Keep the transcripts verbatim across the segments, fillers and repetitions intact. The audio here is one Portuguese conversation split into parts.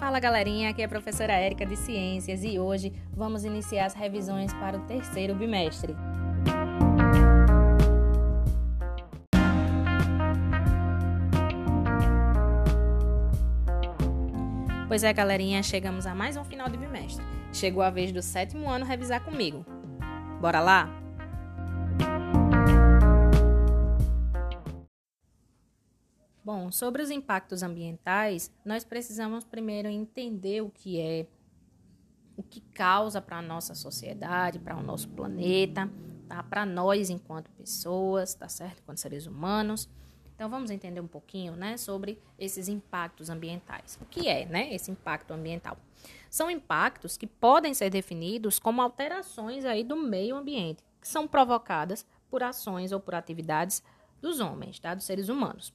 Fala galerinha, aqui é a professora Érica de Ciências e hoje vamos iniciar as revisões para o terceiro bimestre. Pois é galerinha, chegamos a mais um final de bimestre. Chegou a vez do sétimo ano revisar comigo. Bora lá? Bom, sobre os impactos ambientais, nós precisamos primeiro entender o que é, o que causa para a nossa sociedade, para o nosso planeta, tá? Para nós enquanto pessoas, tá certo? Enquanto seres humanos. Então, vamos entender um pouquinho, né, sobre esses impactos ambientais. O que é, né, esse impacto ambiental? São impactos que podem ser definidos como alterações aí do meio ambiente, que são provocadas por ações ou por atividades dos homens, tá? Dos seres humanos.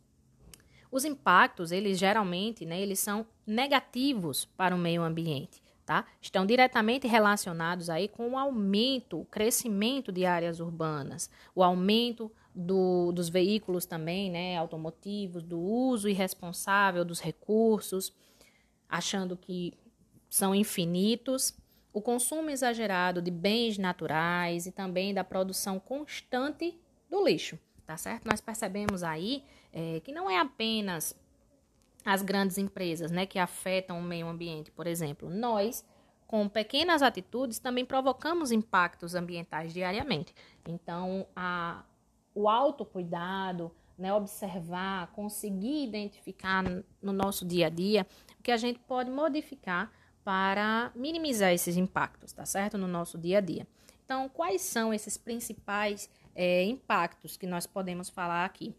Os impactos, eles geralmente, né, eles são negativos para o meio ambiente, tá? Estão diretamente relacionados aí com o aumento, o crescimento de áreas urbanas, o aumento do, dos veículos também, né, automotivos, do uso irresponsável dos recursos, achando que são infinitos, o consumo exagerado de bens naturais e também da produção constante do lixo. Tá certo? Nós percebemos aí é, que não é apenas as grandes empresas, né, que afetam o meio ambiente, por exemplo. Nós, com pequenas atitudes, também provocamos impactos ambientais diariamente. Então, a, o autocuidado, né, observar, conseguir identificar no nosso dia a dia o que a gente pode modificar para minimizar esses impactos, tá certo? No nosso dia a dia. Então, quais são esses principais É, impactos que nós podemos falar aqui?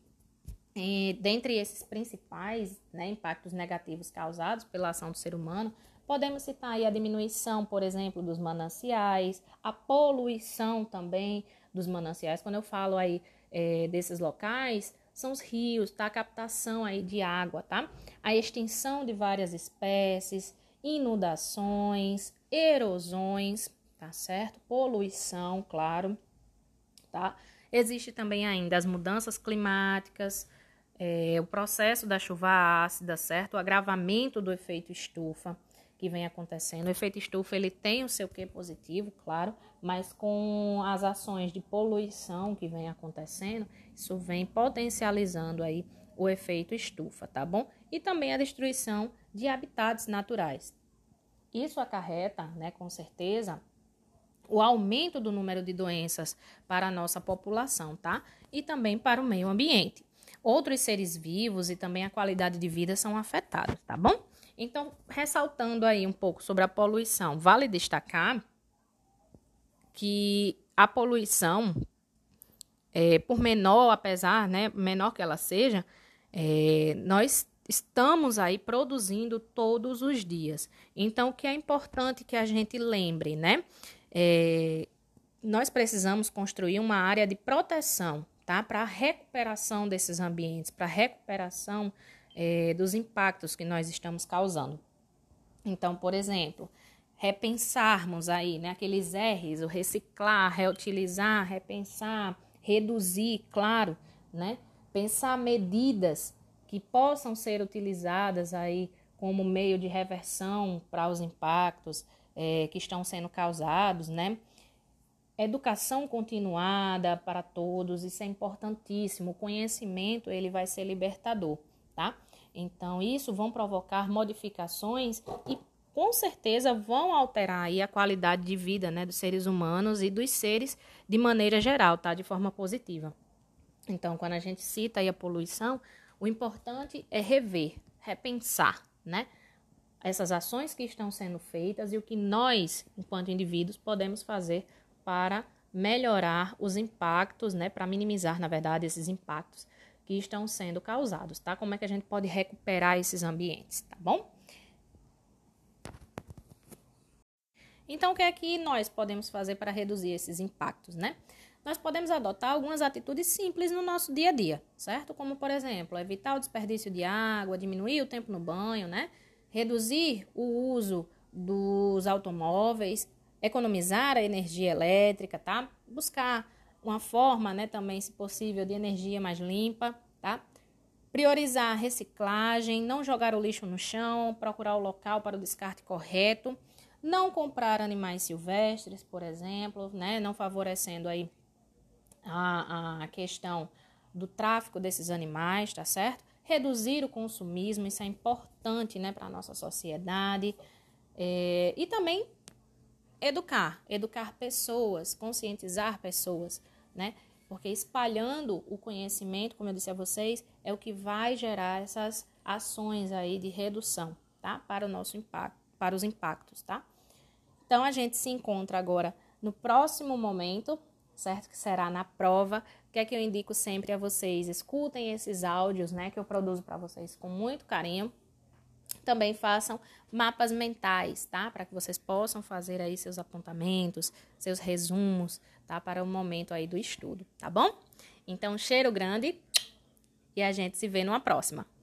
E, dentre esses principais, né, impactos negativos causados pela ação do ser humano, podemos citar aí a diminuição, por exemplo, dos mananciais, a poluição também dos mananciais. Quando eu falo aí é, desses locais, são os rios, tá? A captação aí de água, tá? A extinção de várias espécies, inundações, erosões, tá certo? Poluição, claro. Tá? Existe também ainda as mudanças climáticas, é, o processo da chuva ácida, certo? O agravamento do efeito estufa que vem acontecendo. O efeito estufa ele tem o seu quê positivo, claro, mas com as ações de poluição que vem acontecendo, isso vem potencializando aí o efeito estufa, tá bom? E também a destruição de habitats naturais. Isso acarreta, né, com certeza, o aumento do número de doenças para a nossa população, tá? E também para o meio ambiente. Outros seres vivos e também a qualidade de vida são afetados, tá bom? Então, ressaltando aí um pouco sobre a poluição, vale destacar que a poluição, é, por menor, apesar, né, menor que ela seja, é, nós estamos aí produzindo todos os dias. Então, o que é importante que a gente lembre, né? É, nós precisamos construir uma área de proteção, tá? Para a recuperação desses ambientes, para a recuperação é, dos impactos que nós estamos causando. Então, por exemplo, repensarmos aí, né, aqueles R's, o reciclar, reutilizar, repensar, reduzir, claro, né? Pensar medidas que possam ser utilizadas aí como meio de reversão para os impactos É, que estão sendo causados, né? Educação continuada para todos, isso é importantíssimo. O conhecimento, ele vai ser libertador, tá? Então, isso vão provocar modificações e, com certeza, vão alterar aí a qualidade de vida, né, dos seres humanos e dos seres de maneira geral, tá? De forma positiva. Então, quando a gente cita aí a poluição, o importante é rever, repensar, né? Essas ações que estão sendo feitas e o que nós, enquanto indivíduos, podemos fazer para melhorar os impactos, né, para minimizar, na verdade, esses impactos que estão sendo causados, tá? Como é que a gente pode recuperar esses ambientes, tá bom? Então, o que é que nós podemos fazer para reduzir esses impactos, né? Nós podemos adotar algumas atitudes simples no nosso dia a dia, certo? Como, por exemplo, evitar o desperdício de água, diminuir o tempo no banho, né? Reduzir o uso dos automóveis, economizar a energia elétrica, tá? Buscar uma forma, né, também, se possível, de energia mais limpa, tá? Priorizar a reciclagem, não jogar o lixo no chão, procurar o local para o descarte correto, não comprar animais silvestres, por exemplo, né? Não favorecendo aí a, a questão do tráfico desses animais, tá certo? Reduzir o consumismo, isso é importante, né, para a nossa sociedade. É, e também educar, educar pessoas, conscientizar pessoas, né? Porque espalhando o conhecimento, como eu disse a vocês, é o que vai gerar essas ações aí de redução, tá? Para o nosso impacto, para os impactos, tá? Então, a gente se encontra agora no próximo momento, certo? Que será na prova. O que é que eu indico sempre a vocês? Escutem esses áudios, né? Que eu produzo para vocês com muito carinho. Também façam mapas mentais, tá? Para que vocês possam fazer aí seus apontamentos, seus resumos, tá? Para o momento aí do estudo, tá bom? Então, cheiro grande e a gente se vê numa próxima.